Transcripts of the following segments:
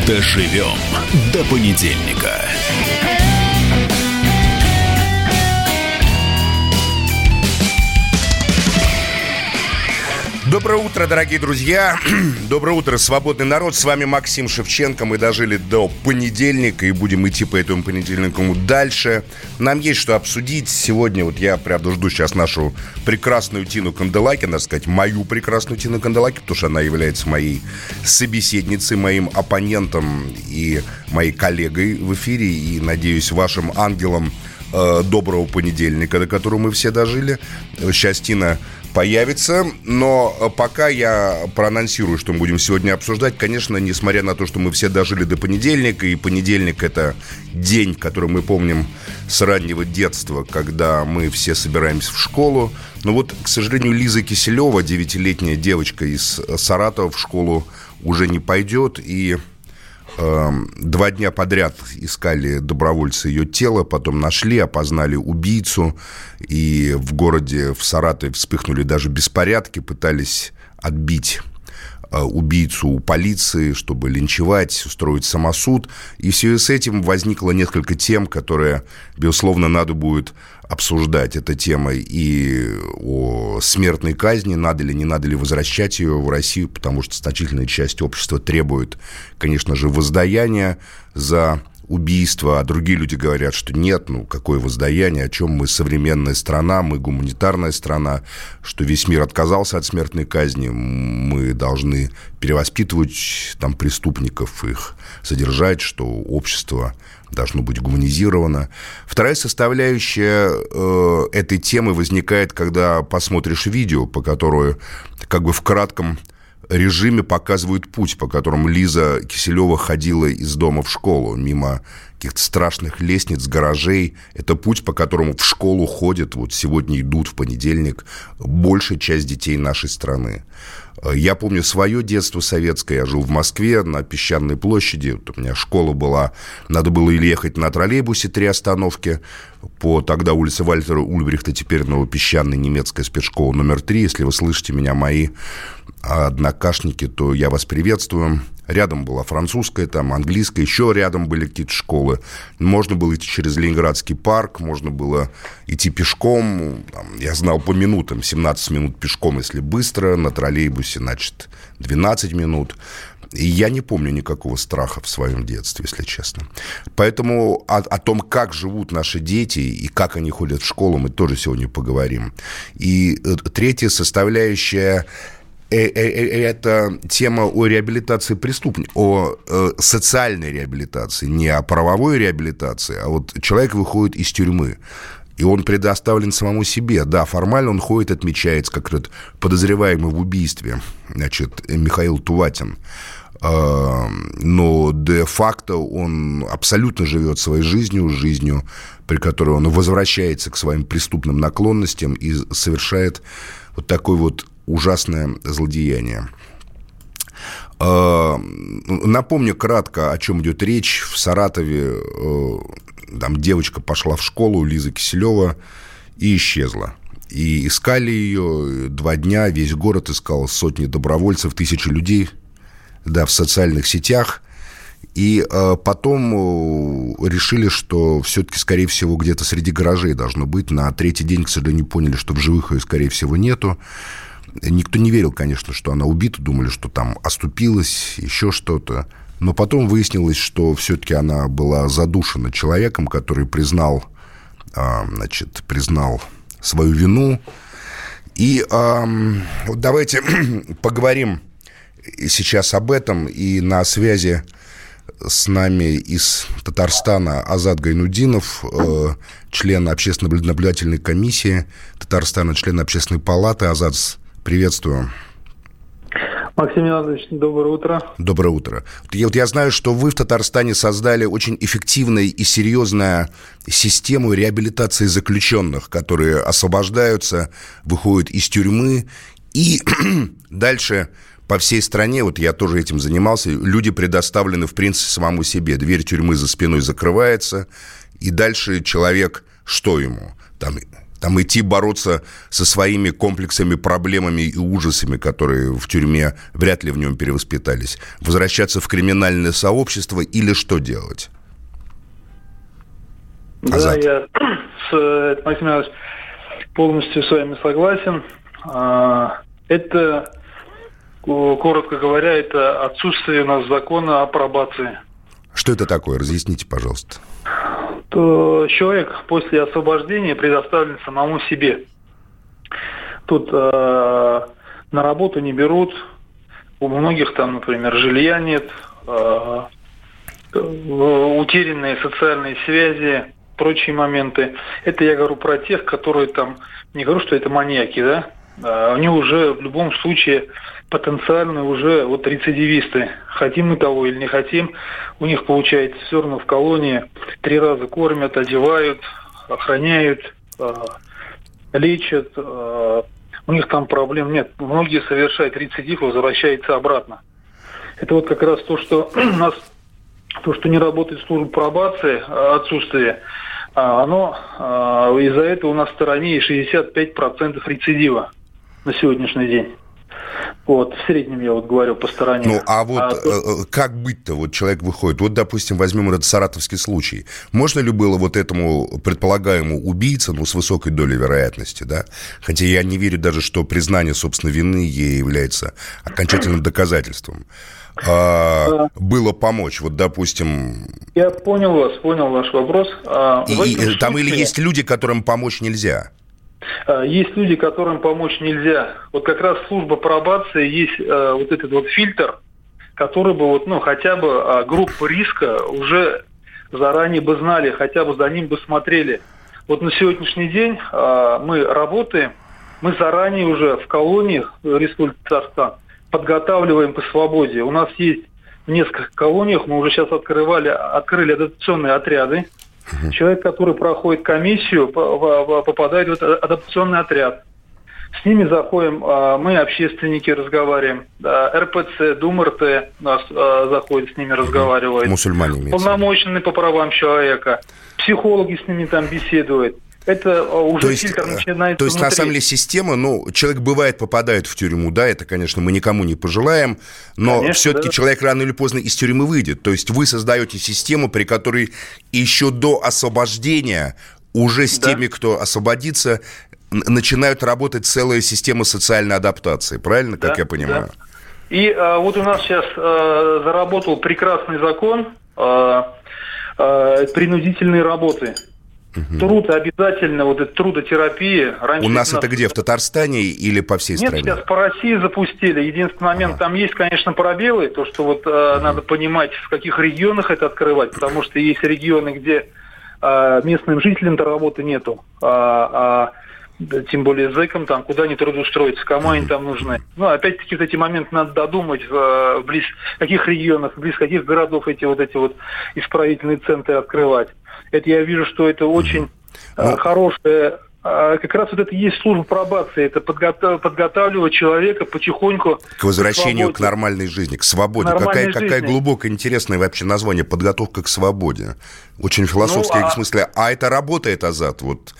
Доживем до понедельника. Доброе утро, дорогие друзья. Доброе утро, свободный народ. С вами Максим Шевченко. Мы дожили до понедельника и будем идти по этому понедельнику дальше. Нам есть что обсудить. Сегодня вот я, правда, жду сейчас нашу прекрасную Тину Канделаки, надо сказать, мою прекрасную Тину Канделаки, потому что она является моей собеседницей, моим оппонентом и моей коллегой в эфире. И, надеюсь, вашим ангелом доброго понедельника, до которого мы все дожили. Сейчас Тина появится, но пока я проанонсирую, что мы будем сегодня обсуждать. Конечно, несмотря на то, что мы все дожили до понедельника, и понедельник — это день, который мы помним с раннего детства, когда мы все собираемся в школу. Но вот, к сожалению, Лиза Киселева, 9-летняя девочка из Саратова, в школу уже не пойдет, и 2 дня подряд искали добровольцы ее тело, потом нашли, опознали убийцу, и в городе, в Саратове, вспыхнули даже беспорядки, пытались отбить убийцу у полиции, чтобы линчевать, устроить самосуд. И в связи с этим возникло несколько тем, которые, безусловно, надо будет обсуждать. Это тема и о смертной казни, надо ли, не надо ли возвращать ее в Россию, потому что значительная часть общества требует, конечно же, воздаяния за убийство, а другие люди говорят, что нет, ну какое воздаяние, о чем мы современная страна, мы гуманитарная страна, что весь мир отказался от смертной казни, мы должны перевоспитывать там преступников, их содержать, что общество должно быть гуманизировано. Вторая составляющая этой темы возникает, когда посмотришь видео, по которому как бы в кратком режиме показывают путь, по которому Лиза Киселева ходила из дома в школу, мимо каких-то страшных лестниц, гаражей. Это путь, по которому в школу ходят, вот сегодня идут в понедельник, большая часть детей нашей страны. Я помню свое детство советское, я жил в Москве на Песчаной площади, вот у меня школа была, надо было или ехать на троллейбусе 3 остановки по тогда улице Вальтера Ульбрихта, теперь Новопесчаной, немецкая спецшкола номер 3, если вы слышите меня, мои однокашники, то я вас приветствую. Рядом была французская, там английская, еще рядом были какие-то школы. Можно было идти через Ленинградский парк, можно было идти пешком. Там, я знал по минутам, 17 минут пешком, если быстро, на троллейбусе, значит, 12 минут. И я не помню никакого страха в своем детстве, если честно. Поэтому о том, как живут наши дети и как они ходят в школу, мы тоже сегодня поговорим. И третья составляющая – это тема о реабилитации преступников, о социальной реабилитации, не о правовой реабилитации, а вот человек выходит из тюрьмы, и он предоставлен самому себе. Да, формально он ходит, отмечается как этот подозреваемый в убийстве, значит, Михаил Туватин. Но де-факто он абсолютно живет своей жизнью, при которой он возвращается к своим преступным наклонностям и совершает вот такой вот ужасное злодеяние. Напомню кратко, о чем идет речь. В Саратове там девочка пошла в школу, Лиза Киселева, и исчезла. И искали ее 2 дня, весь город искал, сотни добровольцев, 1000 людей, да, в социальных сетях. И потом решили, что все-таки, скорее всего, где-то среди гаражей должно быть. На 3-й день, к сожалению, поняли, что в живых ее, скорее всего, нету. Никто не верил, конечно, что она убита, думали, что там оступилась, еще что-то. Но потом выяснилось, что все-таки она была задушена человеком, который признал свою вину. И вот давайте поговорим сейчас об этом. И на связи с нами из Татарстана Азат Гайнудинов, член общественной наблюдательной комиссии Татарстана, член общественной палаты. Азат, приветствую. Максим Иванович, доброе утро. Доброе утро. Я знаю, что вы в Татарстане создали очень эффективную и серьезную систему реабилитации заключенных, которые освобождаются, выходят из тюрьмы и дальше по всей стране, вот я тоже этим занимался, люди предоставлены, в принципе, самому себе. Дверь тюрьмы за спиной закрывается, и дальше человек, что ему? Там Там идти бороться со своими комплексами, проблемами и ужасами, которые в тюрьме вряд ли в нем перевоспитались. Возвращаться в криминальное сообщество или что делать? Да, я, Максим Иванович, полностью с вами согласен. Это, коротко говоря, это отсутствие у нас закона о пробации. Что это такое? Разъясните, пожалуйста. То человек после освобождения предоставлен самому себе. Тут на работу не берут, у многих там, например, жилья нет, утерянные социальные связи, прочие моменты. Это я говорю про тех, которые там, не говорю, что это маньяки, да? Они уже в любом случае потенциально уже вот рецидивисты. Хотим мы того или не хотим, у них получается все равно в колонии 3 раза кормят, одевают, охраняют, лечат. У них там проблем нет. Многие совершают рецидив и возвращаются обратно. Это вот как раз то, что у нас, то, что не работает служба пробации, отсутствие, оно из-за этого у нас в стороне 65% рецидива на сегодняшний день. Вот, в среднем я вот говорю по стороне. Ну, а вот как быть-то? Вот человек выходит. Вот, допустим, возьмем этот саратовский случай. Можно ли было вот этому предполагаемому убийце, ну, с высокой долей вероятности, да? Хотя я не верю даже, что признание, собственно, вины ей является окончательным доказательством. Было помочь, вот, допустим... Я понял ваш вопрос. И там или есть люди, которым помочь нельзя? Есть люди, которым помочь нельзя. Вот как раз служба пробации есть вот этот вот фильтр, который бы вот, ну, хотя бы группу риска уже заранее бы знали, хотя бы за ним бы смотрели. Вот на сегодняшний день мы работаем, мы заранее уже в колониях Республики Татарстан подготавливаем по свободе. У нас есть в нескольких колониях, мы уже сейчас открыли адаптационные отряды. Человек, который проходит комиссию, попадает в этот адаптационный отряд. С ними заходим, мы, общественники, разговариваем. РПЦ, ДумРТ нас заходит, с ними разговаривает. Мусульмане. Полномоченные по правам человека. Психологи с ними там беседуют. Это уже фильтр начинается. То есть, внутри. На самом деле, система, ну, человек бывает попадает в тюрьму, да, это, конечно, мы никому не пожелаем, но конечно, все-таки человек рано или поздно из тюрьмы выйдет. То есть вы создаете систему, при которой еще до освобождения уже с теми, кто освободится, начинают работать целая система социальной адаптации, правильно, как я понимаю? Да. И вот у нас сейчас заработал прекрасный закон принудительной работы. Труд обязательно, вот эта трудотерапия. Раньше у нас это где, в Татарстане или по всей стране? Нет, сейчас по России запустили. Единственный момент, там есть, конечно, пробелы, то, что вот надо понимать, в каких регионах это открывать, потому что есть регионы, где местным жителям-то работы нету, тем более зэкам там, куда они трудоустроиться, кому они там нужны. Ну, опять-таки, вот эти моменты надо додумать, в каких регионах, близ каких городов эти вот исправительные центры открывать. Это я вижу, что это очень хорошая... Как раз вот это и есть служба пробации. Это подготавливать человека потихоньку... К возвращению к нормальной жизни, к свободе. Какая глубокое, интересное вообще название. Подготовка к свободе. Очень философское в смысле. А это работает, Азат? Вот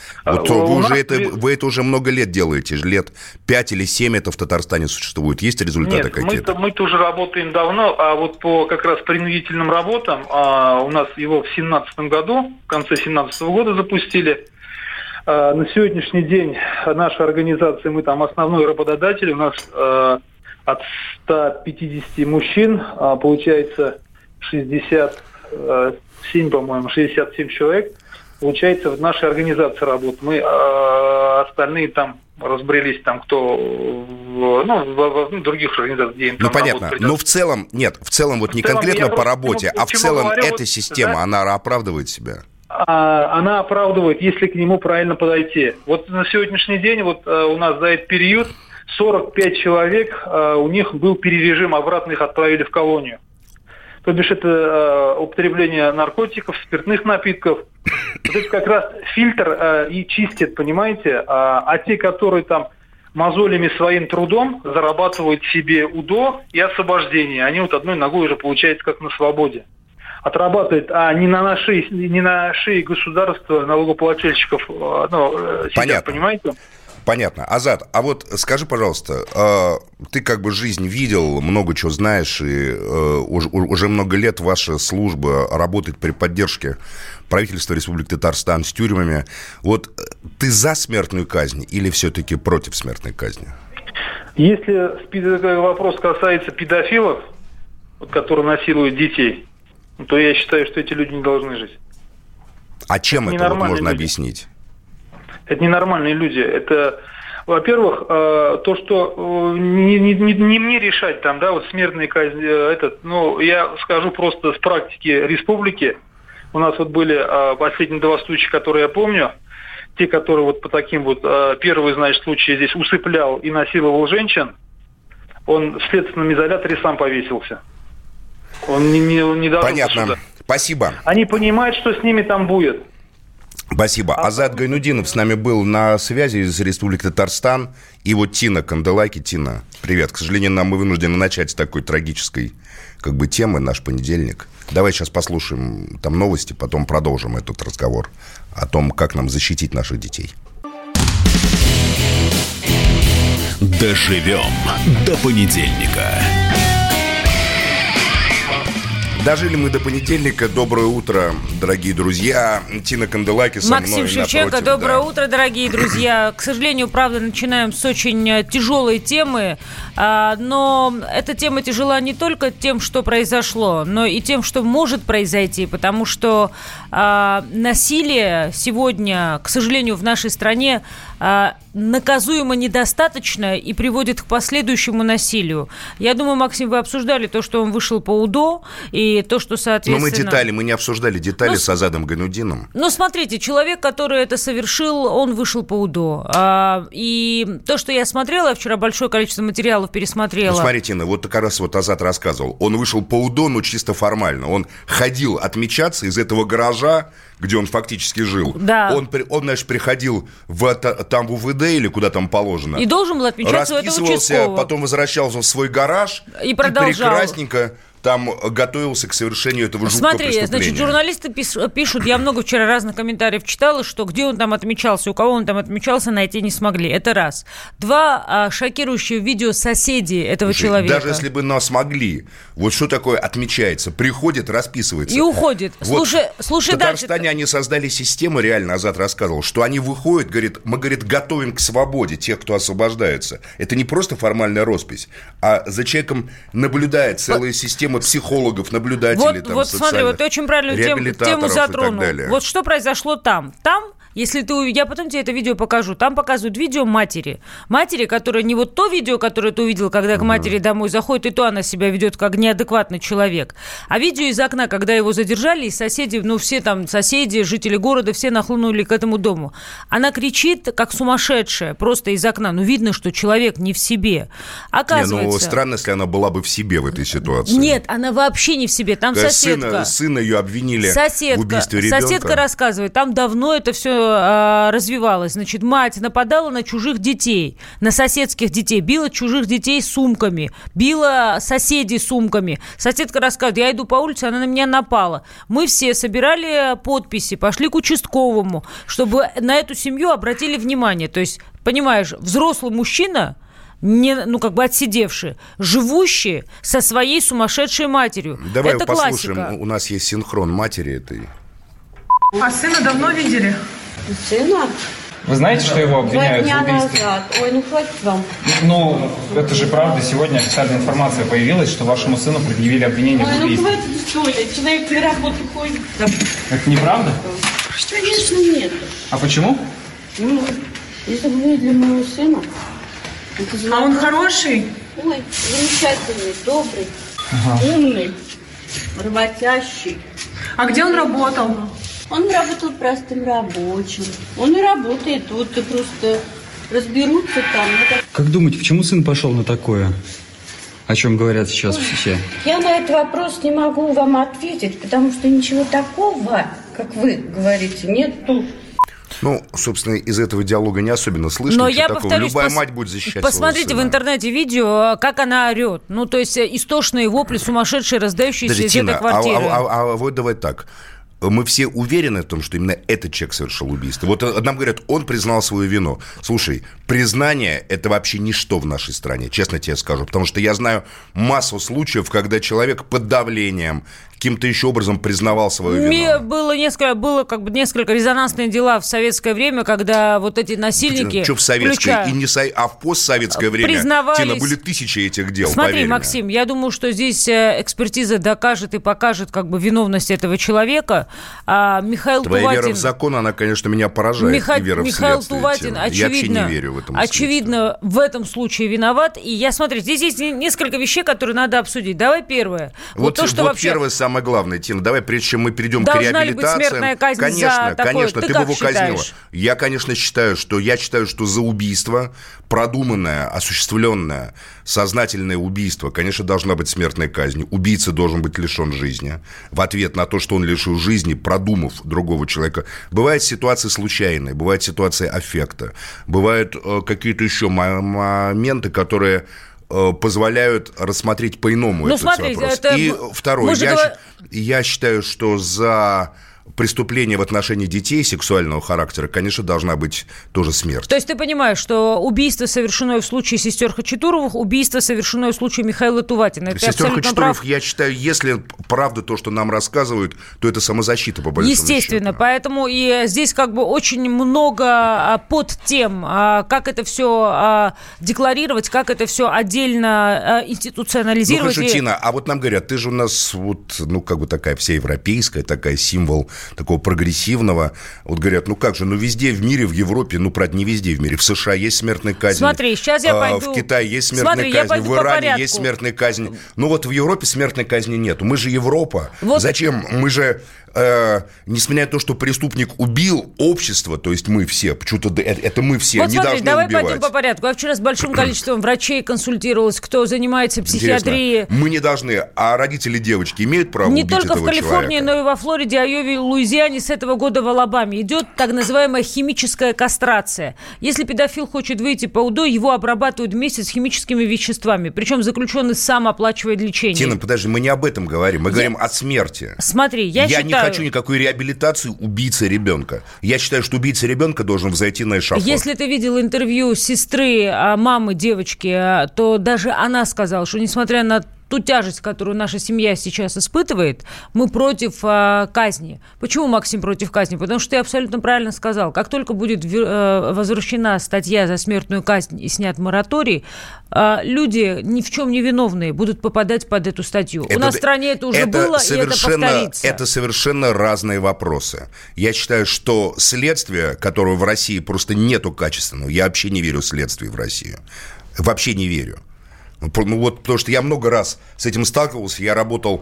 вы это уже много лет делаете. Лет 5 или 7 это в Татарстане существует. Есть результаты какие-то? Мы-то уже работаем давно. А вот по как раз принудительным работам у нас его в 2017 году, в конце 2017 года запустили. На сегодняшний день наша организация, мы там основной работодатель, у нас от 150 мужчин, получается 67, по-моему, 67 человек, получается, в нашей организации работают. Мы остальные там разбрелись, там кто, в других организациях, где им там понятно, но в целом, вот не конкретно по работе, а в целом эта система, она оправдывает себя. Она оправдывает, если к нему правильно подойти. Вот на сегодняшний день вот у нас за этот период 45 человек, у них был перережим, обратно их отправили в колонию. То бишь это употребление наркотиков, спиртных напитков. Вот это как раз фильтр и чистит, понимаете? А те, которые там мозолями своим трудом зарабатывают себе УДО и освобождение, они вот одной ногой уже получается как на свободе. отрабатывает, а не на шее государства, налогоплательщиков, сидят, понимаете? Понятно. Азат, а вот скажи, пожалуйста, ты как бы жизнь видел, много чего знаешь, и уже много лет ваша служба работает при поддержке правительства Республики Татарстан с тюрьмами. Вот ты за смертную казнь или все-таки против смертной казни? Если вопрос касается педофилов, которые насилуют детей, то я считаю, что эти люди не должны жить. А чем это можно объяснить? Это ненормальные люди. Это, во-первых, то, что не мне решать там, да, вот смертная казнь, я скажу просто с практики республики. У нас вот были последние 2 случая, которые я помню. Те, которые вот по таким вот, первый, значит, случай здесь усыплял и насиловал женщин, он в следственном изоляторе сам повесился. Он не дошел до суда. Спасибо. Они понимают, что с ними там будет. Спасибо. Азат Гайнудинов с нами был на связи из Республики Татарстан. И вот Тина Канделаки. Тина, привет. К сожалению, мы вынуждены начать с такой трагической темы наш понедельник. Давай сейчас послушаем там новости, потом продолжим этот разговор о том, как нам защитить наших детей. Доживем до понедельника. Дожили мы до понедельника. Доброе утро, дорогие друзья. Тина Канделаки со Максим мной Шевченко, напротив, доброе утро, дорогие друзья. К сожалению, правда, начинаем с очень тяжелой темы. Но эта тема тяжела не только тем, что произошло, но и тем, что может произойти. Потому что насилие сегодня, к сожалению, в нашей стране наказуемо недостаточно и приводит к последующему насилию. Я думаю, Максим, вы обсуждали то, что он вышел по УДО, и то, что, соответственно... мы не обсуждали детали с Азадом Гайнудиновым. Ну, смотрите, человек, который это совершил, он вышел по УДО. И то, что я смотрела, я вчера большое количество материалов пересмотрела. Ну, смотри, Тина, вот как раз Азат рассказывал. Он вышел по УДО, но чисто формально. Он ходил отмечаться из этого гаража, где он фактически жил. Да. Он значит, приходил там в УВД или куда там положено. И должен был отмечаться у этого участкового. Потом возвращался в свой гараж и продолжал. И прекрасненько там готовился к совершению этого жуткого преступления. Значит, журналисты пишут, я много вчера разных комментариев читала, что где он там отмечался, у кого он там отмечался, найти не смогли. Это раз. 2, шокирующее видео соседей этого человека. Даже если бы нас смогли, вот что такое отмечается? Приходит, расписывается. И уходит. Вот слушай в Татарстане дальше. Они создали систему, реально, Азат рассказывал, что они выходят, мы, готовим к свободе тех, кто освобождается. Это не просто формальная роспись, а за человеком наблюдает целая система психологов, наблюдателей, вот смотри, вот ты очень правильную тему затронул. Вот что произошло там. Там, если я потом тебе это видео покажу, там показывают видео матери, которая не вот то видео, которое ты увидел, когда к матери домой заходит, и то она себя ведет как неадекватный человек, а видео из окна, когда его задержали, и соседи, все там соседи, жители города, все нахлынули к этому дому. Она кричит, как сумасшедшая, просто из окна. Видно, что человек не в себе. Оказывается... странно, если она была бы в себе в этой ситуации. Нет, она вообще не в себе. Там соседка. Сына ее обвинили в убийстве ребенка. Соседка рассказывает, там давно это все развивалось. Значит, мать нападала на чужих детей, на соседских детей, била чужих детей сумками, била соседей сумками. Соседка рассказывает, я иду по улице, она на меня напала. Мы все собирали подписи, пошли к участковому, чтобы на эту семью обратили внимание. То есть, понимаешь, взрослый мужчина, отсидевший, живущий со своей сумасшедшей матерью. Давай это послушаем, классика. У нас есть синхрон матери этой. А сына давно видели? Сына? Вы знаете, что его обвиняют в убийстве? Ой, хватит вам. Это же правда. Сегодня официальная информация появилась, что вашему сыну предъявили обвинение в убийстве. Хватит, что ли? Человек на работу ходит. Это неправда? Конечно, нет. А почему? Если бы вы для моего сына... А он хороший? Ой, замечательный, добрый, умный, работящий. А где он работал? Он работал простым рабочим. Он и работает тут, и просто разберутся там. Как думаете, почему сын пошел на такое? О чем говорят сейчас все? Я на этот вопрос не могу вам ответить, потому что ничего такого, как вы говорите, нету. Ну, собственно, из этого диалога не особенно слышно. Но я повторюсь, любая мать будет защищать посмотрите своего сына. в интернете видео, как она орет. Ну, то есть истошные вопли, сумасшедшие, раздающиеся из этой квартиры. А вот давай так. Мы все уверены в том, что именно этот человек совершил убийство. Вот нам говорят, он признал свою вину. Слушай, признание – это вообще ничто в нашей стране, честно тебе скажу. Потому что я знаю массу случаев, когда человек под давлением каким-то еще образом признавал свою вину. Было несколько резонансных дела в советское время, когда вот эти насильники... Что в советское? А в постсоветское время, Тина, были тысячи этих дел, Смотри, Максим, я думаю, что здесь экспертиза докажет и покажет виновность этого человека. Михаил Твоя Туватин... вера в закон, она, конечно, меня поражает. И вера Михаил в следствие, Туватин, Тина. Я вообще не верю в этом. Очевидно, в этом случае виноват. И смотри, здесь есть несколько вещей, которые надо обсудить. Давай первое. Первое самое главное, Тина, давай, прежде чем мы перейдем к реабилитации... Должна ли быть смертная казнь за такое? Конечно, ты бы его считаешь? казнила. Я, конечно, считаю, что за убийство, продуманное, осуществленное, сознательное убийство, конечно, должна быть смертная казнь. Убийца должен быть лишен жизни. В ответ на то, что он лишил жизни, продумав другого человека. Бывают ситуации случайные, бывают ситуации аффекта, бывают какие-то еще моменты, которые... позволяют рассмотреть по-иному этот вопрос. И второе, я считаю, что за преступление в отношении детей сексуального характера, конечно, должна быть тоже смерть. То есть ты понимаешь, что убийство совершено в случае сестер Хачатуровых, убийство совершено в случае Михаила Туватина. Сестер Хачатуровых, я считаю, если правда то, что нам рассказывают, то это самозащита, по большому счету. Естественно, поэтому и здесь очень много подтем, как это все декларировать, как это все отдельно институционализировать. Ну, хорошо, Тина, а вот нам говорят, ты же у нас такая вся европейская, такая символ такого прогрессивного. Вот говорят, везде в мире, в Европе, правда, не везде в мире. В США есть смертная казнь. Смотри, сейчас я пойду... В Китае есть смертная казнь, в Иране есть смертная казнь. Вот в Европе смертной казни нету. Мы же Европа. Зачем? Мы же... несмотря на то, что преступник убил общество, то есть мы все, почему-то это мы все, не должны давай убивать. Пойдем по порядку. Я вчера с большим количеством врачей консультировалась, кто занимается психиатрией. Интересно. Мы не должны, а родители девочки имеют право убить этого человека? Не только в Калифорнии, но и во Флориде, Айове, Луизиане с этого года в Алабаме идет так называемая химическая кастрация. Если педофил хочет выйти по УДО, его обрабатывают вместе с химическими веществами. Причем заключенный сам оплачивает лечение. Тина, подожди, мы не об этом говорим. Мы говорим о смерти. Смотри, я не хочу никакой реабилитации убийцы ребенка. Я считаю, что убийца ребенка должен взойти на эшафот. Если ты видел интервью сестры, мамы девочки, то даже она сказала, что несмотря на ту тяжесть, которую наша семья сейчас испытывает, мы против казни. Почему, Максим, против казни? Потому что ты абсолютно правильно сказал. Как только будет возвращена статья за смертную казнь и снят мораторий, люди ни в чем не виновные будут попадать под эту статью. У нас в стране это уже было, и это повторится. Это совершенно разные вопросы. Я считаю, что следствие, которого в России просто нету качественного, я вообще не верю в следствие в России. Вообще не верю. Потому что я много раз с этим сталкивался. Я работал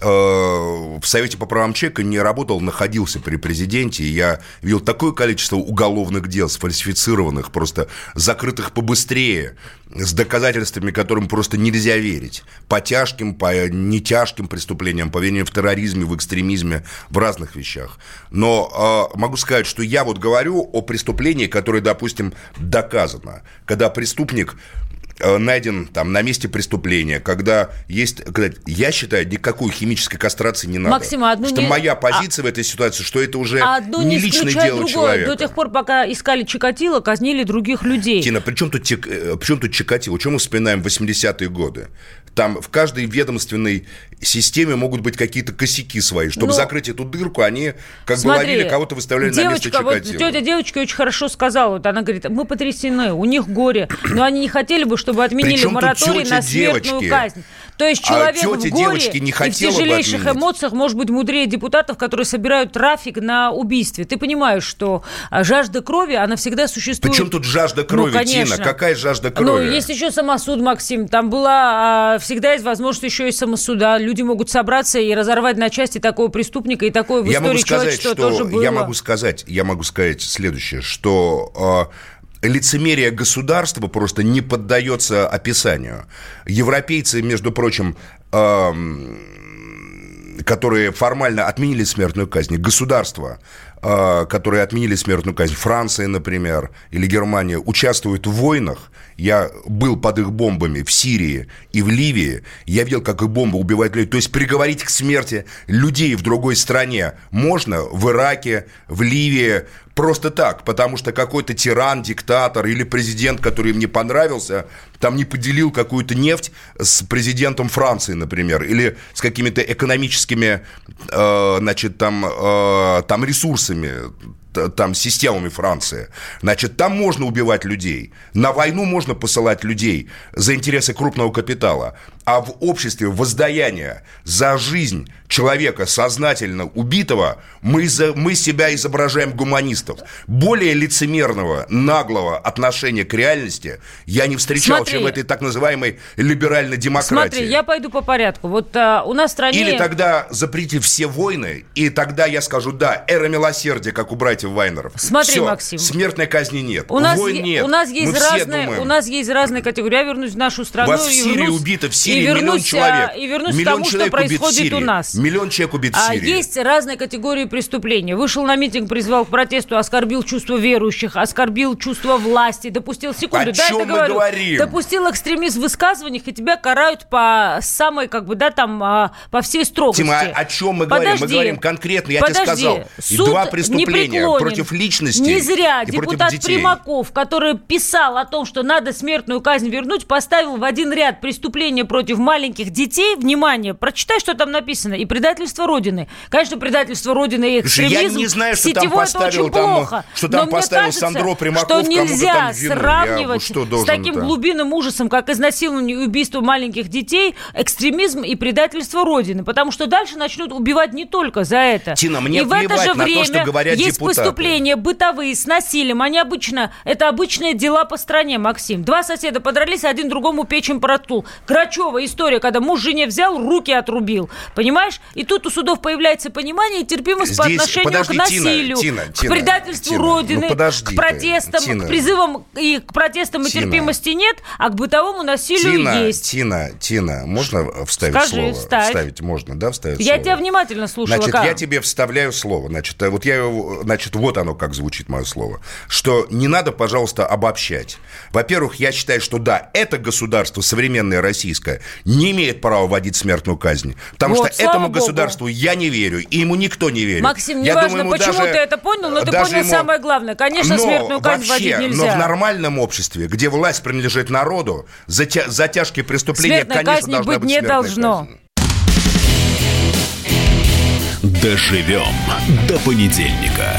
в Совете по правам человека, не работал, находился при президенте. И я видел такое количество уголовных дел, сфальсифицированных, просто закрытых побыстрее, с доказательствами, которым просто нельзя верить. По тяжким, по нетяжким преступлениям, по обвинению в терроризме, в экстремизме, в разных вещах. Но могу сказать, что я говорю о преступлении, которое, допустим, доказано. Когда преступник найден на месте преступления, когда я считаю, никакой химической кастрации не надо. Максим, моя позиция в этой ситуации, что это уже не личное дело человека. До тех пор, пока искали Чикатило, казнили других людей. Тина, при чем тут Чикатило? Чем мы вспоминаем 80-е годы? Там в каждой ведомственной системе могут быть какие-то косяки свои. Чтобы закрыть эту дырку, они ловили, кого-то выставляли на место Чикатило. Тетя девочка очень хорошо сказала. Она говорит, мы потрясены, у них горе. Но они не хотели бы, чтобы отменили мораторий на смертную казнь. То есть человек в горе и в тяжелейших эмоциях может быть мудрее депутатов, которые собирают трафик на убийстве. Ты понимаешь, что жажда крови, она всегда существует. Причем тут жажда крови, Тина? Какая жажда крови? Есть еще самосуд, Максим. Там всегда есть возможность еще и самосуда. Люди могут собраться и разорвать на части такого преступника, и такое в истории человечества тоже было. Я могу сказать следующее, что лицемерие государства просто не поддается описанию. Европейцы, между прочим, которые формально отменили смертную казнь, государства которые отменили смертную казнь, Франция, например, или Германия, участвуют в войнах. Я был под их бомбами в Сирии и в Ливии. Я видел, как их бомбы убивают людей. То есть приговорить к смерти людей в другой стране можно в Ираке, в Ливии, просто так, потому что какой-то тиран, диктатор или президент, который им не понравился, там не поделил какую-то нефть с президентом Франции, например, или с какими-то экономическими, там ресурсами, там, системами Франции. Значит, там можно убивать людей. На войну можно посылать людей за интересы крупного капитала. А в обществе воздаяние за жизнь человека, сознательно убитого, мы себя изображаем гуманистов. Более лицемерного, наглого отношения к реальности я не встречал, чем в этой так называемой либеральной демократии. Смотри, я пойду по порядку. Вот у нас в стране... Или тогда запретить все войны, и тогда я скажу, да, эра милосердия, как у братьев Вайнеров. Смотри, все, Максим. Смертной казни нет, войн нет. У нас есть разные категории. Я вернусь в нашу страну. Вас в Сирии убито, в Сирии миллион человек. И вернусь к тому, что происходит у нас. Миллион человек убит в Сирии. Есть разные категории преступления. Вышел на митинг, призвал к протесту, оскорбил чувства верующих, оскорбил чувство власти, допустил... Секунду, о чем мы говорим? Допустил экстремизм в высказываниях, и тебя карают по самой, по всей строгости. Тима, о чем мы говорим? Мы говорим конкретно, я тебе сказал. Суд 2 преступления против личности. Не зря и депутат Примаков, который писал о том, что надо смертную казнь вернуть, поставил в один ряд преступления против маленьких детей. Внимание, прочитай, что там написано. И предательство Родины. Конечно, предательство Родины и экстремизм. Я не знаю, что там поставил, что там поставил Сандро Примаков, что нельзя вину. Сравнивать с таким глубинным ужасом, как изнасилование и убийство маленьких детей, экстремизм и предательство Родины. Потому что дальше начнут убивать не только за это. Тина, мне и в это же на время то, что говорят есть депутаты. Преступления бытовые с насилием. Это обычные дела по стране, Максим. 2 соседа подрались, один другому печень проткнул. Грачева история, когда муж жене взял, руки отрубил. Понимаешь? И тут у судов появляется понимание и терпимость по отношению к насилию, к предательству Родины, к протестам, к призывам и к протестам и терпимости нет, а к бытовому насилию есть. Тина, можно вставить слово? Вставить можно, да, вставить я слово? тебя внимательно слушала. Значит, я тебе вставляю слово. Вот оно как звучит, мое слово. Что не надо, пожалуйста, обобщать. Во-первых, я считаю, что да, это государство, современное российское, не имеет права вводить смертную казнь. Потому что этому государству я не верю, и ему никто не верит. Максим, неважно, почему ты это понял, но ты понял самое главное. Конечно, смертную казнь вводить нельзя. Но в нормальном обществе, где власть принадлежит народу, за тяжкие преступления, смертной конечно, должна быть смертная казнь. Доживем до понедельника.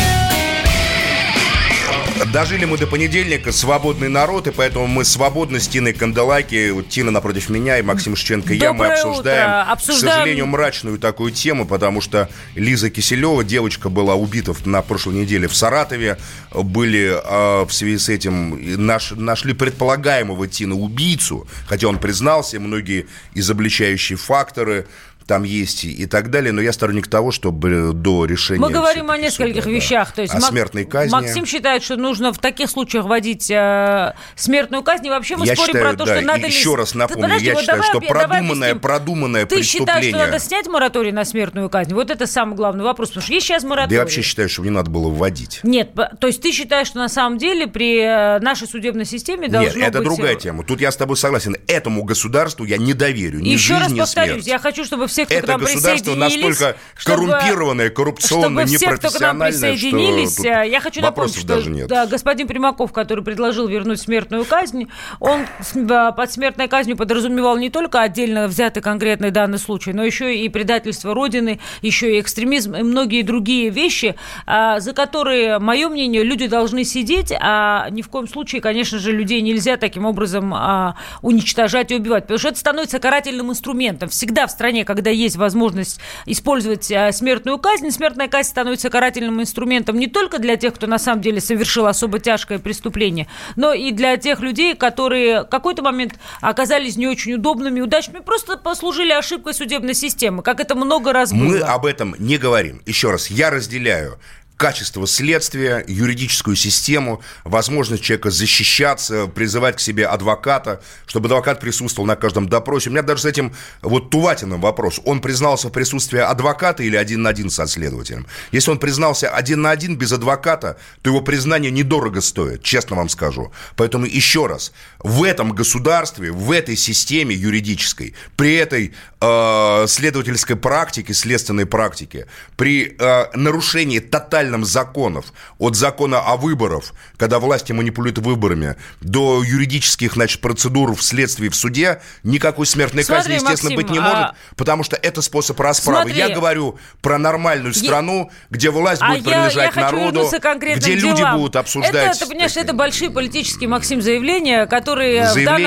Дожили мы до понедельника, свободный народ, и поэтому мы свободны с Тиной Канделаки. Вот Тина напротив меня, и Максим Шевченко, и я. Мы обсуждаем, к сожалению, мрачную такую тему, потому что Лиза Киселева, девочка, была убита на прошлой неделе в Саратове. Были в связи с этим, нашли предполагаемого Тина убийцу, хотя он признался, многие изобличающие факторы там есть и так далее, но я сторонник того, чтобы до решения... Мы говорим о нескольких вещах. То есть о смертной казни. Максим считает, что нужно в таких случаях вводить смертную казнь. И вообще мы спорим про то, что надо... Еще раз напомню, я считаю, что продуманное преступление... Ты считаешь, что надо снять мораторий на смертную казнь? Вот это самый главный вопрос, потому что есть сейчас мораторий. Да я вообще считаю, что не надо было вводить. Нет, то есть ты считаешь, что на самом деле при нашей судебной системе должно быть... Нет, это другая тема. Тут я с тобой согласен. Этому государству я не доверю. Ни еще жизнь, ни раз повторюсь, смерть. Я хочу, чтобы все, кто это к нам государство настолько коррумпированное, коррупционное, непрофессиональное, что я хочу напомнить, что господин Примаков, который предложил вернуть смертную казнь, он под смертной казнью подразумевал не только отдельно взятый конкретный данный случай, но еще и предательство Родины, еще и экстремизм и многие другие вещи, за которые, мое мнение, люди должны сидеть, а ни в коем случае, конечно же, людей нельзя таким образом уничтожать и убивать, потому что это становится карательным инструментом. Всегда в стране, когда есть возможность использовать смертную казнь, смертная казнь становится карательным инструментом не только для тех, кто на самом деле совершил особо тяжкое преступление, но и для тех людей, которые в какой-то момент оказались не очень удобными, удачными, просто послужили ошибкой судебной системы, как это много раз было. Мы об этом не говорим. Еще раз, я разделяю качество следствия, юридическую систему, возможность человека защищаться, призывать к себе адвоката, чтобы адвокат присутствовал на каждом допросе. У меня даже с этим вот Туватиным вопрос. Он признался в присутствии адвоката или один на один со следователем? Если он признался один на один без адвоката, то его признание недорого стоит, честно вам скажу. Поэтому еще раз, в этом государстве, в этой системе юридической, при этой следовательской практике, следственной практике, при нарушении тотальном законов, от закона о выборах, когда власти манипулируют выборами, до юридических, значит, процедур в следствии в суде, никакой смертной казни, естественно, Максим, быть не может, потому что это способ расправы. Я говорю про нормальную страну, где власть будет принадлежать народу, где люди будут обсуждать... Это, понимаешь, это большие политические, Максим, заявления, которые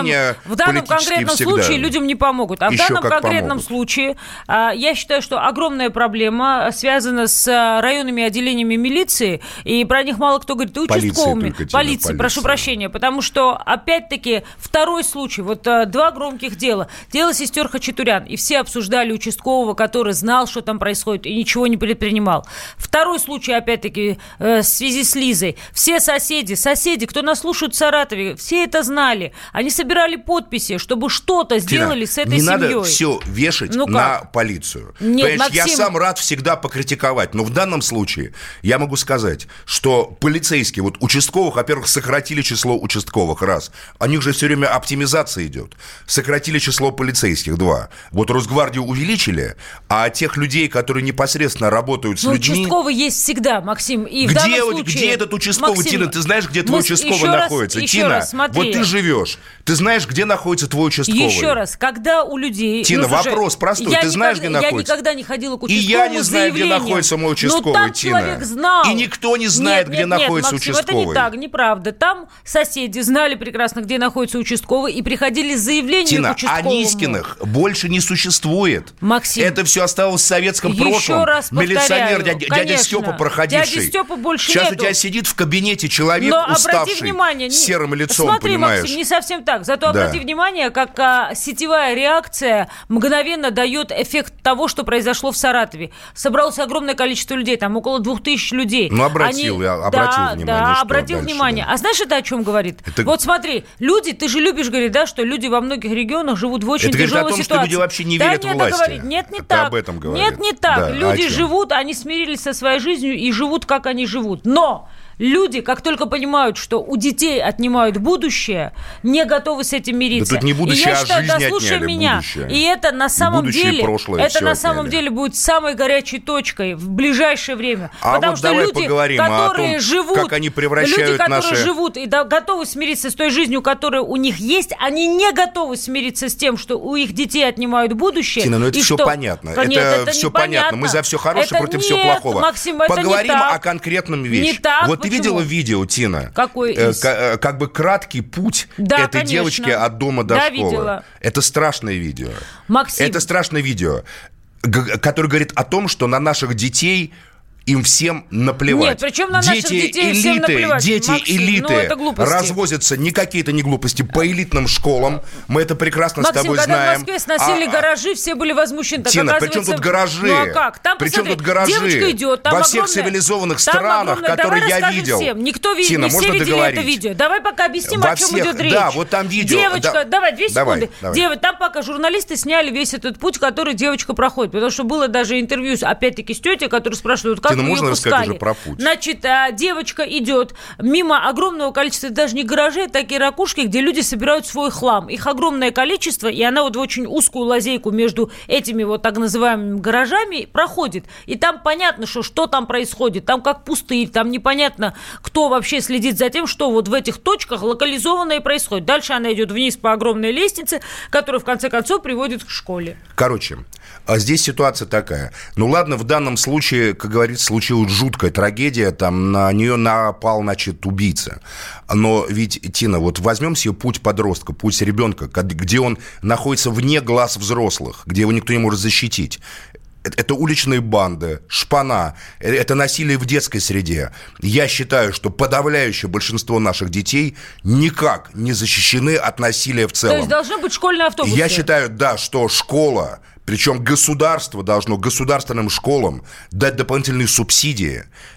в данном конкретном случае людям не помогут. А в данном конкретном случае я считаю, что огромная проблема связана с районными отделениями милиции, и про них мало кто говорит, и участковыми. Полиции, прошу прощения, потому что, опять-таки, второй случай, вот два громких дела. Дело сестер Хачатурян, и все обсуждали участкового, который знал, что там происходит, и ничего не предпринимал. Второй случай, опять-таки, в связи с Лизой. Все соседи, кто нас слушает в Саратове, все это знали. Они собирали подписи, чтобы что-то сделали с этой семьей. Не надо все вешать на полицию. Нет, Максим... Я сам рад всегда покритиковать, но в данном случае я могу сказать, что полицейские, вот участковых, во-первых, сократили число участковых, раз. У них же все время оптимизация идет. Сократили число полицейских, два. Вот Росгвардию увеличили, а тех людей, которые непосредственно работают с людьми... Участковый есть всегда, Максим, и в данном случае... Где этот участковый, Максим, Тина? Ты знаешь, где твой участковый находится? Тина, вот ты живешь. Ты знаешь, где находится твой участковый? Еще раз, когда у людей... Тина, вопрос простой. Ты знаешь, где находится? Я никогда не ходила к участковому. И я не знаю, где находится мой участковый, там Тина. Человек знал. И никто не знает, где находится Максим, участковый. Это не так, неправда. Там соседи знали прекрасно, где находится участковый, и приходили с заявлением Тина, к участковому. Анискиных больше не существует. Максим, это все осталось в советском прошлом. Еще раз повторяю, милиционер, дядя Степа проходивший. Дядя Степа больше Сейчас нету. у тебя сидит в кабинете человек, уставший, с серым лицом, смотри, понимаешь? Максим, не совсем так. Зато обрати внимание, как сетевая реакция мгновенно дает эффект того, что произошло в Саратове. Собралось огромное количество людей, там около 2000 людей. Ну, обратил внимание. Да, обратил внимание. А знаешь, это о чем говорит? Вот смотри, люди, ты же любишь говорить, да, что люди во многих регионах живут в очень тяжелой ситуации. Это говорит о том, что люди вообще не верят в власти. Нет, не так. Об этом говорит. Нет, не так. Да, люди живут, они смирились со своей жизнью и живут, как они живут. Но люди, как только понимают, что у детей отнимают будущее, не готовы с этим мириться. Да тут не будущее, а жизнь отняли меня. Будущее. И это на самом деле, отняли. Деле будет самой горячей точкой в ближайшее время. А потому вот что давай люди, поговорим которые о том, живут, как они превращают люди, которые наши... живут и готовы смириться с той жизнью, которая у них есть, они не готовы смириться с тем, что у их детей отнимают будущее. Тина, ну это все понятно. Это все понятно. Мы за все хорошее против всего плохого. Максим, поговорим о конкретном вещи. Не так, вот почему? Ты видела видео, Тина? Какой как бы краткий путь этой конечно. Девочки от дома до школы. Видела. Это страшное видео. Максим. Это страшное видео, которое говорит о том, что на наших детей... Им всем наплевать. Нет, причем на наших детей всем наплевать. Дети Максим, элиты развозятся, не какие-то не глупости, по элитным школам. Мы это прекрасно Максим, с тобой когда знаем. в Москве сносили гаражи, все были возмущены. Так, Тина, при чем тут гаражи? Ну а как? Там, при чем тут гаражи? Девочка идет, там во всех цивилизованных странах, которые я видел. Всем. Никто видел, Тина, не все видели договорить? это видео. Давай пока объясним, о чем идет речь. Да, вот там видео. Девочка, давай, 2 секунды. Там пока журналисты сняли весь этот путь, который девочка проходит. Потому что было даже интервью, опять-таки, с тетей, которая спрашивает, как вы ее пускали. Про путь. Значит, девочка идет мимо огромного количества, даже не гаражей, а такие ракушки, где люди собирают свой хлам. Их огромное количество, и она вот в очень узкую лазейку между этими вот так называемыми гаражами проходит. И там понятно, что там происходит. Там как пустырь, там непонятно, кто вообще следит за тем, что вот в этих точках локализованно и происходит. Дальше она идет вниз по огромной лестнице, которая в конце концов приводит к школе. Короче, здесь ситуация такая. Ну ладно, в данном случае, как говорится, случилась жуткая трагедия, там на нее напал, значит, убийца. Но ведь, Тина, вот возьмем себе путь подростка, путь ребенка, где он находится вне глаз взрослых, где его никто не может защитить. Это уличные банды, шпана, это насилие в детской среде. Я считаю, что подавляющее большинство наших детей никак не защищены от насилия в целом. То есть должны быть школьные автобусы? Я считаю, да, что школа, причем государство должно государственным школам дать дополнительные субсидии,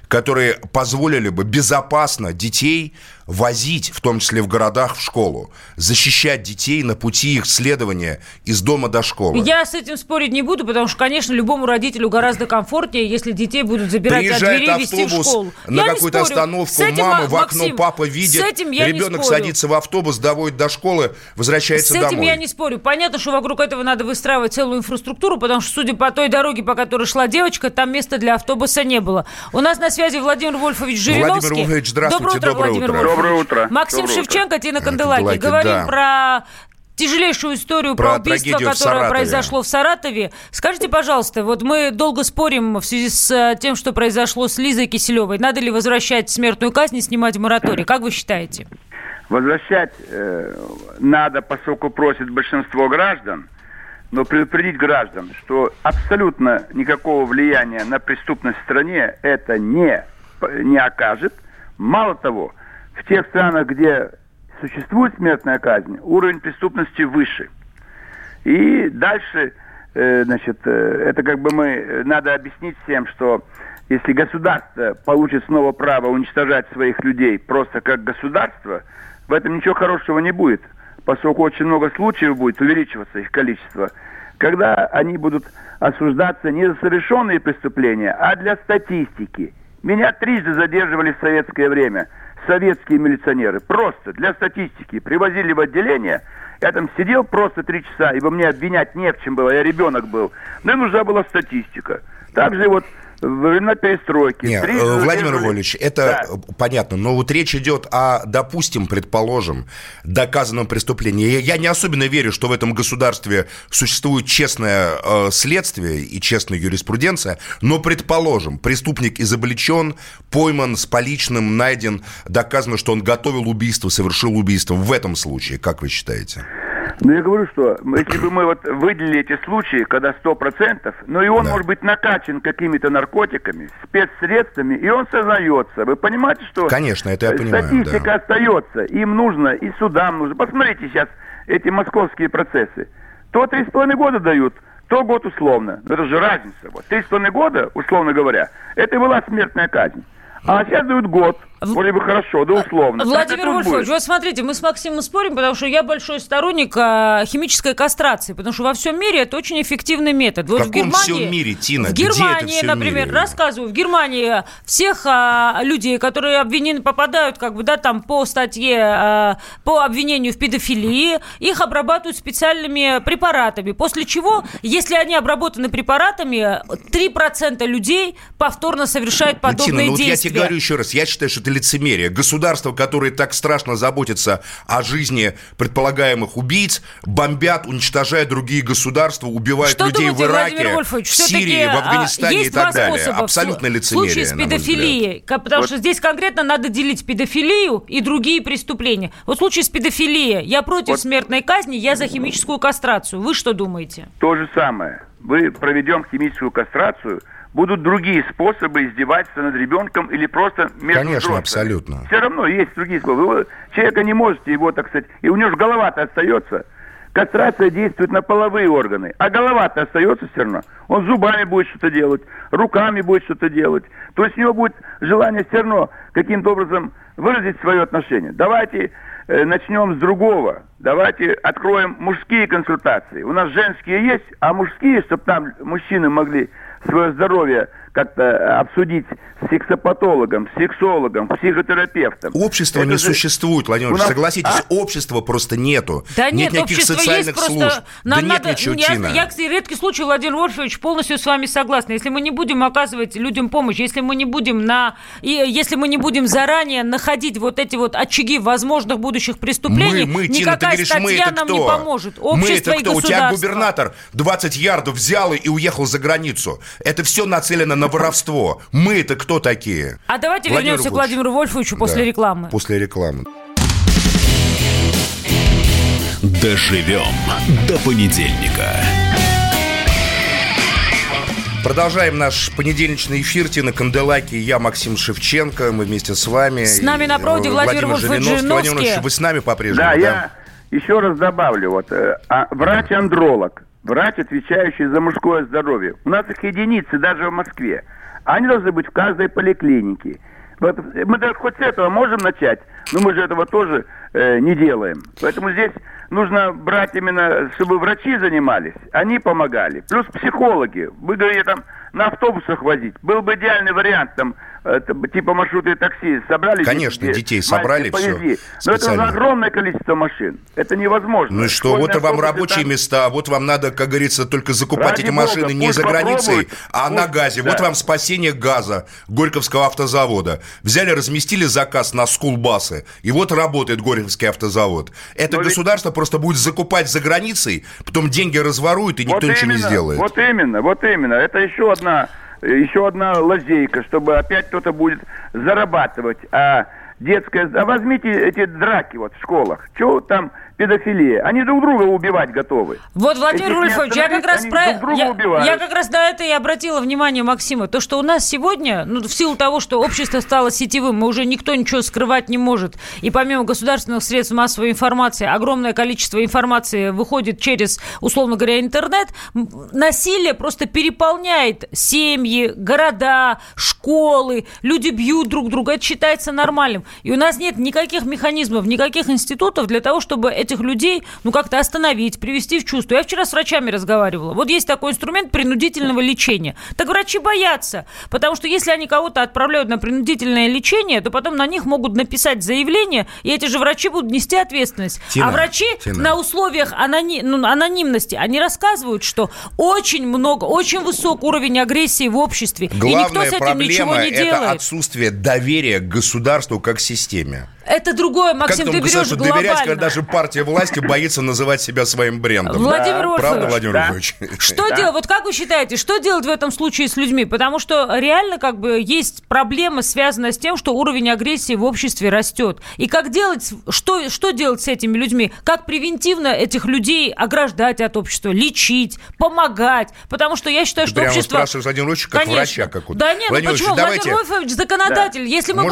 которые позволили бы безопасно детей возить, в том числе в городах, в школу, защищать детей на пути их следования из дома до школы. Я с этим спорить не буду, потому что, конечно, любому родителю гораздо комфортнее, если детей будут забирать от двери и вести в школу. На какую-то остановку, мама в окно, Максим, папа видит, ребенок садится в автобус, доводит до школы, возвращается домой. С этим я не спорю. Понятно, что вокруг этого надо выстраивать целую инфраструктуру, потому что, судя по той дороге, по которой шла девочка, там места для автобуса не было. У нас на связи Владимир Вольфович Жириновский. Владимир Вольфович, здравствуйте, доброе утро. Доброе утро. Максим Шевченко, Тина Канделаки. Говорим про тяжелейшую историю, про убийство, которое произошло в Саратове. Скажите, пожалуйста, вот мы долго спорим в связи с тем, что произошло с Лизой Киселевой. Надо ли возвращать смертную казнь и снимать мораторий? Как вы считаете? Возвращать надо, поскольку просит большинство граждан, но предупредить граждан, что абсолютно никакого влияния на преступность в стране это не окажет. Мало того, в тех странах, где существует смертная казнь, уровень преступности выше. И дальше, это надо объяснить всем, что если государство получит снова право уничтожать своих людей просто как государство, в этом ничего хорошего не будет, поскольку очень много случаев будет увеличиваться их количество, когда они будут осуждаться не за совершенные преступления, а для статистики. Меня трижды задерживали в советское время советские милиционеры. Просто для статистики. Привозили в отделение. Я там сидел просто 3 часа, ибо мне обвинять не в чем было. Я ребенок был. Мне нужна была статистика. Также вот во времена перестройки. Нет, Владимир Вольфович, это понятно, но вот речь идет о, допустим, предположим, доказанном преступлении. Я не особенно верю, что в этом государстве существует честное следствие и честная юриспруденция, но, предположим, преступник изобличен, пойман с поличным, найден, доказано, что он готовил убийство, совершил убийство. В этом случае, как вы считаете? Ну, я говорю, что если бы мы вот выделили эти случаи, когда 100%, но и он может быть накачан какими-то наркотиками, спецсредствами, и он сознается. Вы понимаете, что... Конечно, это я понимаю, статистика остается, им нужно, и судам нужно. Посмотрите сейчас эти московские процессы. То 3,5 года дают, то год условно. Это же разница. Вот 3,5 года, условно говоря, это была смертная казнь. А сейчас дают год. Вроде бы хорошо, да условно. Владимир Вольфович, вот смотрите, мы с Максимом спорим, потому что я большой сторонник химической кастрации, потому что во всем мире это очень эффективный метод. Вот в каком всем мире, Тина? В Германии, например, рассказываю, в Германии всех людей, которые обвинены, попадают там по статье, по обвинению в педофилии, их обрабатывают специальными препаратами, после чего, если они обработаны препаратами, 3% людей повторно совершают подобные Тина, действия. Я тебе говорю еще раз, я считаю, что это лицемерие. Государства, которые так страшно заботятся о жизни предполагаемых убийц, бомбят, уничтожают другие государства, убивают людей в Ираке, в Сирии, в Афганистане и так далее. Абсолютно лицемерие. В случае с педофилией, потому что здесь конкретно надо делить педофилию и другие преступления. Вот в случае с педофилией я против смертной казни, я за химическую кастрацию. Вы что думаете? То же самое. Мы проведем химическую кастрацию, будут другие способы издеваться над ребенком или просто между Конечно, взрослыми. абсолютно. Все равно есть другие способы. Вы человека не можете его, так сказать, и у него же голова-то остается. Кастрация действует на половые органы, а голова-то остается все равно. Он зубами будет что-то делать, руками будет что-то делать. То есть у него будет желание все равно каким-то образом выразить свое отношение. Давайте начнем с другого. Давайте откроем мужские консультации. У нас женские есть, а мужские, чтобы там мужчины могли свое здоровье как-то обсудить с сексопатологом, с сексологом, психотерапевтом. Общества не существует, Владимир Ильич, согласитесь, общества просто нету. Да нет никаких социальных служб. Да нет ничего, Тина. Я, редкий случай, Владимир Вольфович, полностью с вами согласна. Если мы не будем оказывать людям помощь, если мы не будем заранее находить вот эти вот очаги возможных будущих преступлений, никакая статья нам не поможет. Общество и государство. У тебя губернатор 20 ярдов взял и уехал за границу. Это все нацелено на воровство. Мы-то кто такие? А давайте вернемся к Владимиру Вольфовичу после рекламы. После рекламы. Доживем до понедельника. Продолжаем наш понедельничный эфир. Тина Канделаки, я Максим Шевченко. Мы вместе с вами. С нами на проводе Владимир Вольфович Жириновский. Владимир Вольфович, вы с нами по-прежнему? Да, я еще раз добавлю. Врач-андролог врач, отвечающий за мужское здоровье. У нас их единицы даже в Москве. Они должны быть в каждой поликлинике. Вот мы даже хоть с этого можем начать, но мы же этого тоже не делаем. Поэтому здесь нужно брать именно, чтобы врачи занимались, они помогали. Плюс психологи. Вы говорите, там на автобусах возить. Был бы идеальный вариант, там, типа маршруты такси. Собрали. Конечно, детей собрали, повезли. Но это нужно огромное количество машин. Это невозможно. Ну и что, вот вам рабочие места, вот вам надо, как говорится, только закупать эти машины не за границей, а на газе. Вот вам спасение газа Горьковского автозавода. Взяли, разместили заказ на скулбасы, и вот работает Горьковский автозавод. Это государство просто будет закупать за границей, потом деньги разворует, и никто ничего не сделает. Вот именно. Это еще одна лазейка, чтобы опять кто-то будет зарабатывать. А возьмите эти драки вот в школах. Чего там педофилия? Они друг друга убивать готовы. Вот, Владимир Вольфович, я как раз на это и обратила внимание Максима. То, что у нас сегодня, в силу того, что общество стало сетевым, уже никто ничего скрывать не может. И помимо государственных средств массовой информации, огромное количество информации выходит через, условно говоря, интернет. Насилие просто переполняет семьи, города, школы. Люди бьют друг друга. Это считается нормальным. И у нас нет никаких механизмов, никаких институтов для того, чтобы этих людей, как-то остановить, привести в чувство. Я вчера с врачами разговаривала. Вот есть такой инструмент принудительного лечения. Так врачи боятся, потому что если они кого-то отправляют на принудительное лечение, то потом на них могут написать заявление, и эти же врачи будут нести ответственность. А врачи на условиях анонимности, они рассказывают, что очень высок уровень агрессии в обществе. Главная и никто с этим ничего не делает. Это отсутствие доверия к государству как к системе. Это другое, Максим, ты берешь глобально. Доверять, когда даже партия власти боится называть себя своим брендом. Владимир Вольфович. Правда, Владимир Вольфович? Что делать? Вот как вы считаете, что делать в этом случае с людьми? Потому что реально есть проблема, связанная с тем, что уровень агрессии в обществе растет. И как делать, что делать с этими людьми? Как превентивно этих людей ограждать от общества, лечить, помогать? Потому что я считаю, что общество... Прямо спрашиваешь, Владимир Вольфович, как врача какого-то. Да нет, почему? Владимир Вольфович как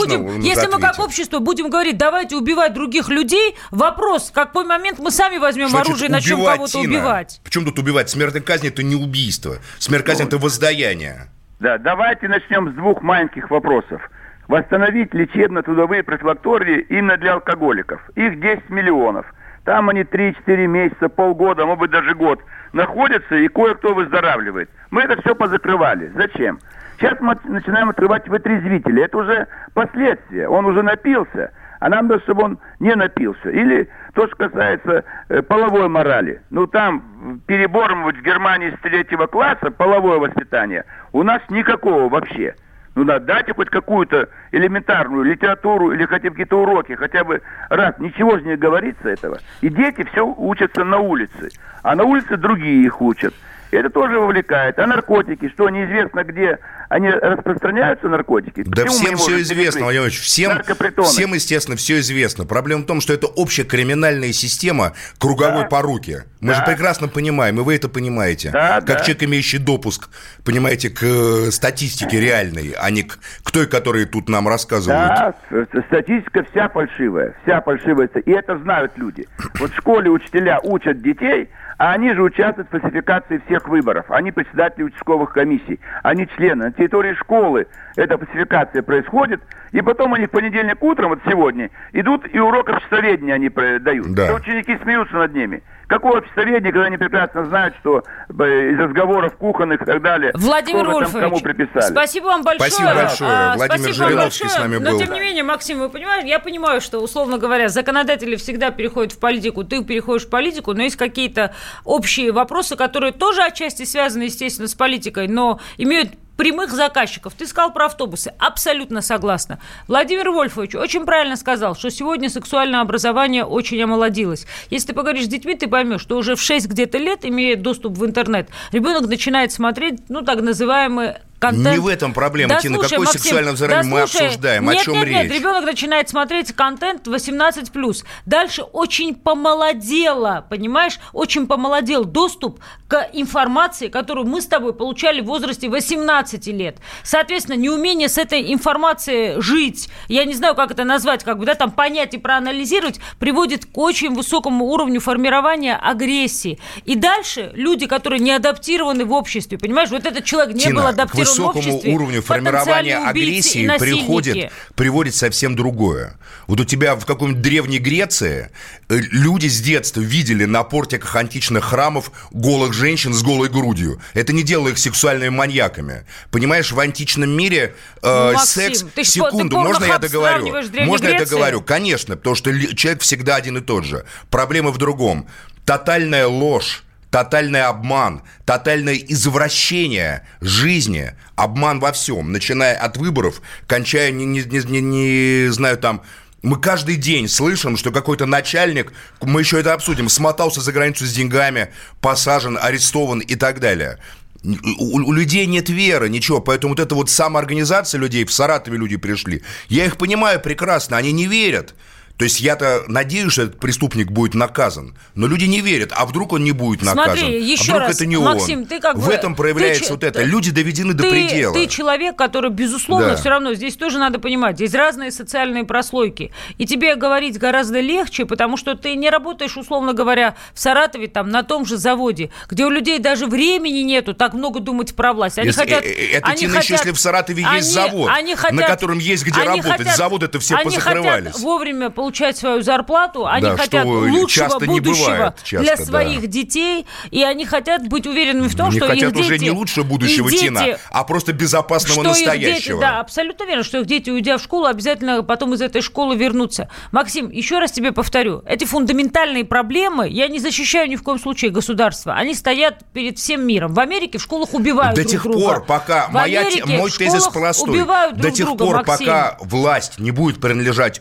общество будем говорить, давайте убивать других людей, вопрос, в какой момент мы сами возьмем оружие и начнем кого-то убивать. Почему тут убивать? Смертная казнь – это не убийство. Смертная казнь – это воздаяние. Да, давайте начнем с двух маленьких вопросов. Восстановить лечебно-трудовые профилактории именно для алкоголиков. Их 10 миллионов. Там они 3-4 месяца, полгода, может быть, даже год находятся, и кое-кто выздоравливает. Мы это все позакрывали. Зачем? Сейчас мы начинаем открывать вытрезвители. Это уже последствия. Он уже напился, а нам надо, чтобы он не напился. Или то, что касается половой морали. Там перебором в Германии с 3 класса половое воспитание. У нас никакого вообще. Дайте хоть какую-то элементарную литературу или хотя бы какие-то уроки, хотя бы раз. Ничего же не говорится этого. И дети все учатся на улице. А на улице другие их учат. Это тоже вовлекает. А наркотики, что неизвестно где они распространяются, наркотики? Да всем все известно, Владимир Ильич. Всем, естественно, все известно. Проблема в том, что это общая криминальная система круговой поруки. Мы же прекрасно понимаем, и вы это понимаете. Как человек, имеющий допуск, понимаете, к статистике реальной, а не к той, которую тут нам рассказывают. Да, статистика вся фальшивая. И это знают люди. Вот в школе учителя учат детей, а они же участвуют в фальсификации всех выборов. Они председатели участковых комиссий, они члены. На территории школы эта фальсификация происходит, и потом они в понедельник утром, вот сегодня, идут и урок обществоведения они дают. Да. Ученики смеются над ними. Какое обществоведение, когда они прекрасно знают, что из разговоров кухонных и так далее... Владимир Вольфович, спасибо вам большое. Спасибо большое. Владимир Жириновский с нами был. Но, тем не менее, Максим, вы понимаете, я понимаю, что, условно говоря, законодатели всегда переходят в политику, ты переходишь в политику, но есть какие-то общие вопросы, которые тоже отчасти связаны, естественно, с политикой, но имеют прямых заказчиков. Ты сказал про автобусы. Абсолютно согласна. Владимир Вольфович очень правильно сказал, что сегодня сексуальное образование очень омолодилось. Если ты поговоришь с детьми, ты поймешь, что уже в 6 где-то лет, имея доступ в интернет, ребенок начинает смотреть, так называемые контент. Не в этом проблема, Тина. Какое Максим, сексуальное взаимодействие мы обсуждаем? О чем речь? Нет, ребенок начинает смотреть контент 18+. Дальше очень помолодело, понимаешь? Очень помолодел доступ к информации, которую мы с тобой получали в возрасте 18 лет. Соответственно, неумение с этой информацией жить, я не знаю, как это назвать, там понять и проанализировать, приводит к очень высокому уровню формирования агрессии. И дальше люди, которые не адаптированы в обществе, понимаешь, вот этот человек не был адаптирован в обществе. К высокому уровню формирования агрессии приводит совсем другое. Вот у тебя в какой-нибудь Древней Греции люди с детства видели на портиках античных храмов голых женщин с голой грудью. Это не делало их сексуальными маньяками. Понимаешь, в античном мире секс... Секунду, можно я договорю? Можно я договорю? Конечно, потому что человек всегда один и тот же. Проблема в другом. Тотальная ложь, тотальный обман, тотальное извращение жизни, обман во всем, начиная от выборов, кончая, не знаю, там... Мы каждый день слышим, что какой-то начальник, мы еще это обсудим, смотался за границу с деньгами, посажен, арестован и так далее. У людей нет веры, ничего, поэтому вот эта вот самоорганизация людей, в Саратове люди пришли, я их понимаю прекрасно, они не верят. То есть я-то надеюсь, что этот преступник будет наказан, но люди не верят, а вдруг он не будет наказан, Смотри, еще а вдруг раз, это не Максим, он. Ты как в этом проявляется вот это. Люди доведены до предела. Ты человек, который, безусловно, все равно, здесь тоже надо понимать, здесь разные социальные прослойки. И тебе говорить гораздо легче, потому что ты не работаешь, условно говоря, в Саратове, там, на том же заводе, где у людей даже времени нету так много думать про власть. Они хотят... Если в Саратове есть завод, на котором есть где работать, заводы-то все позакрывались. Они хотят вовремя получать свою зарплату, они хотят лучшего будущего для своих детей, и они хотят быть уверенными в том, что их дети... Они хотят уже не лучшего будущего, Тина, а просто безопасного настоящего. Да, абсолютно верно, что их дети, уйдя в школу, обязательно потом из этой школы вернутся. Максим, еще раз тебе повторю, эти фундаментальные проблемы, я не защищаю ни в коем случае государство, они стоят перед всем миром. В Америке в школах убивают друг друга. До тех пор, пока... Мой тезис простой. До тех пор, пока власть не будет принадлежать...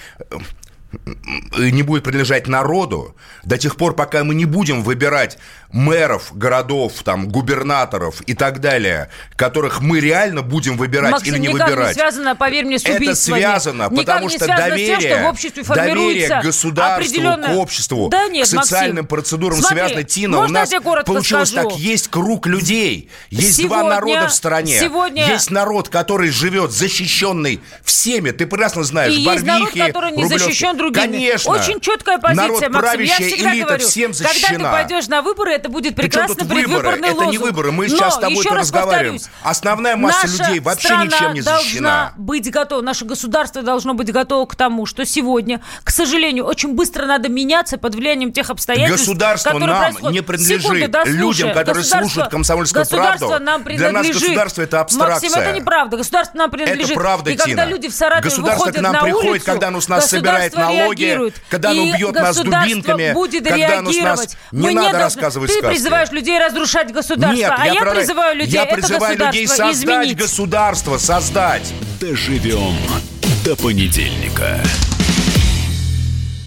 не будет принадлежать народу, до тех пор, пока мы не будем выбирать мэров, городов, там, губернаторов и так далее, которых мы реально будем выбирать, Максим, или не выбирать. Максим, никак не связано, поверь мне, с убийствами. Это связано, потому что доверие к государству, к обществу, к социальным процедурам связано. Тина, у нас получилось так, есть круг людей, есть два народа в стране. Есть народ, который живет защищенный всеми, ты прекрасно знаешь, и Барвихи, есть народ, который не защищен другими. Конечно. Очень четкая позиция, Максим. Я всегда говорю, всем защищена. когда ты пойдешь на выборы, это будет прекрасно предвыборный лозунг. Это не выборы, мы сейчас с тобой разговариваем. Основная масса людей вообще ничем не защищена. Быть готова, наше государство должно быть готово к тому, что сегодня, к сожалению, очень быстро надо меняться под влиянием тех обстоятельств, государство которые нам происходят. не принадлежит. Секунду, людям, которые слушают «Комсомольскую правду», нам для нас государство – это абстракция. Максим, это неправда. Государство нам принадлежит. Это правда, и когда Тина. люди в Саратове государство выходят к нам на приходит, улицу, когда оно с нас собирает налоги, когда оно бьет нас дубинками, когда оно с нас... Не надо рассказывать сказки. Ты призываешь людей разрушать государство, Нет, а я призываю людей создать изменить. государство, создать. Доживем до понедельника.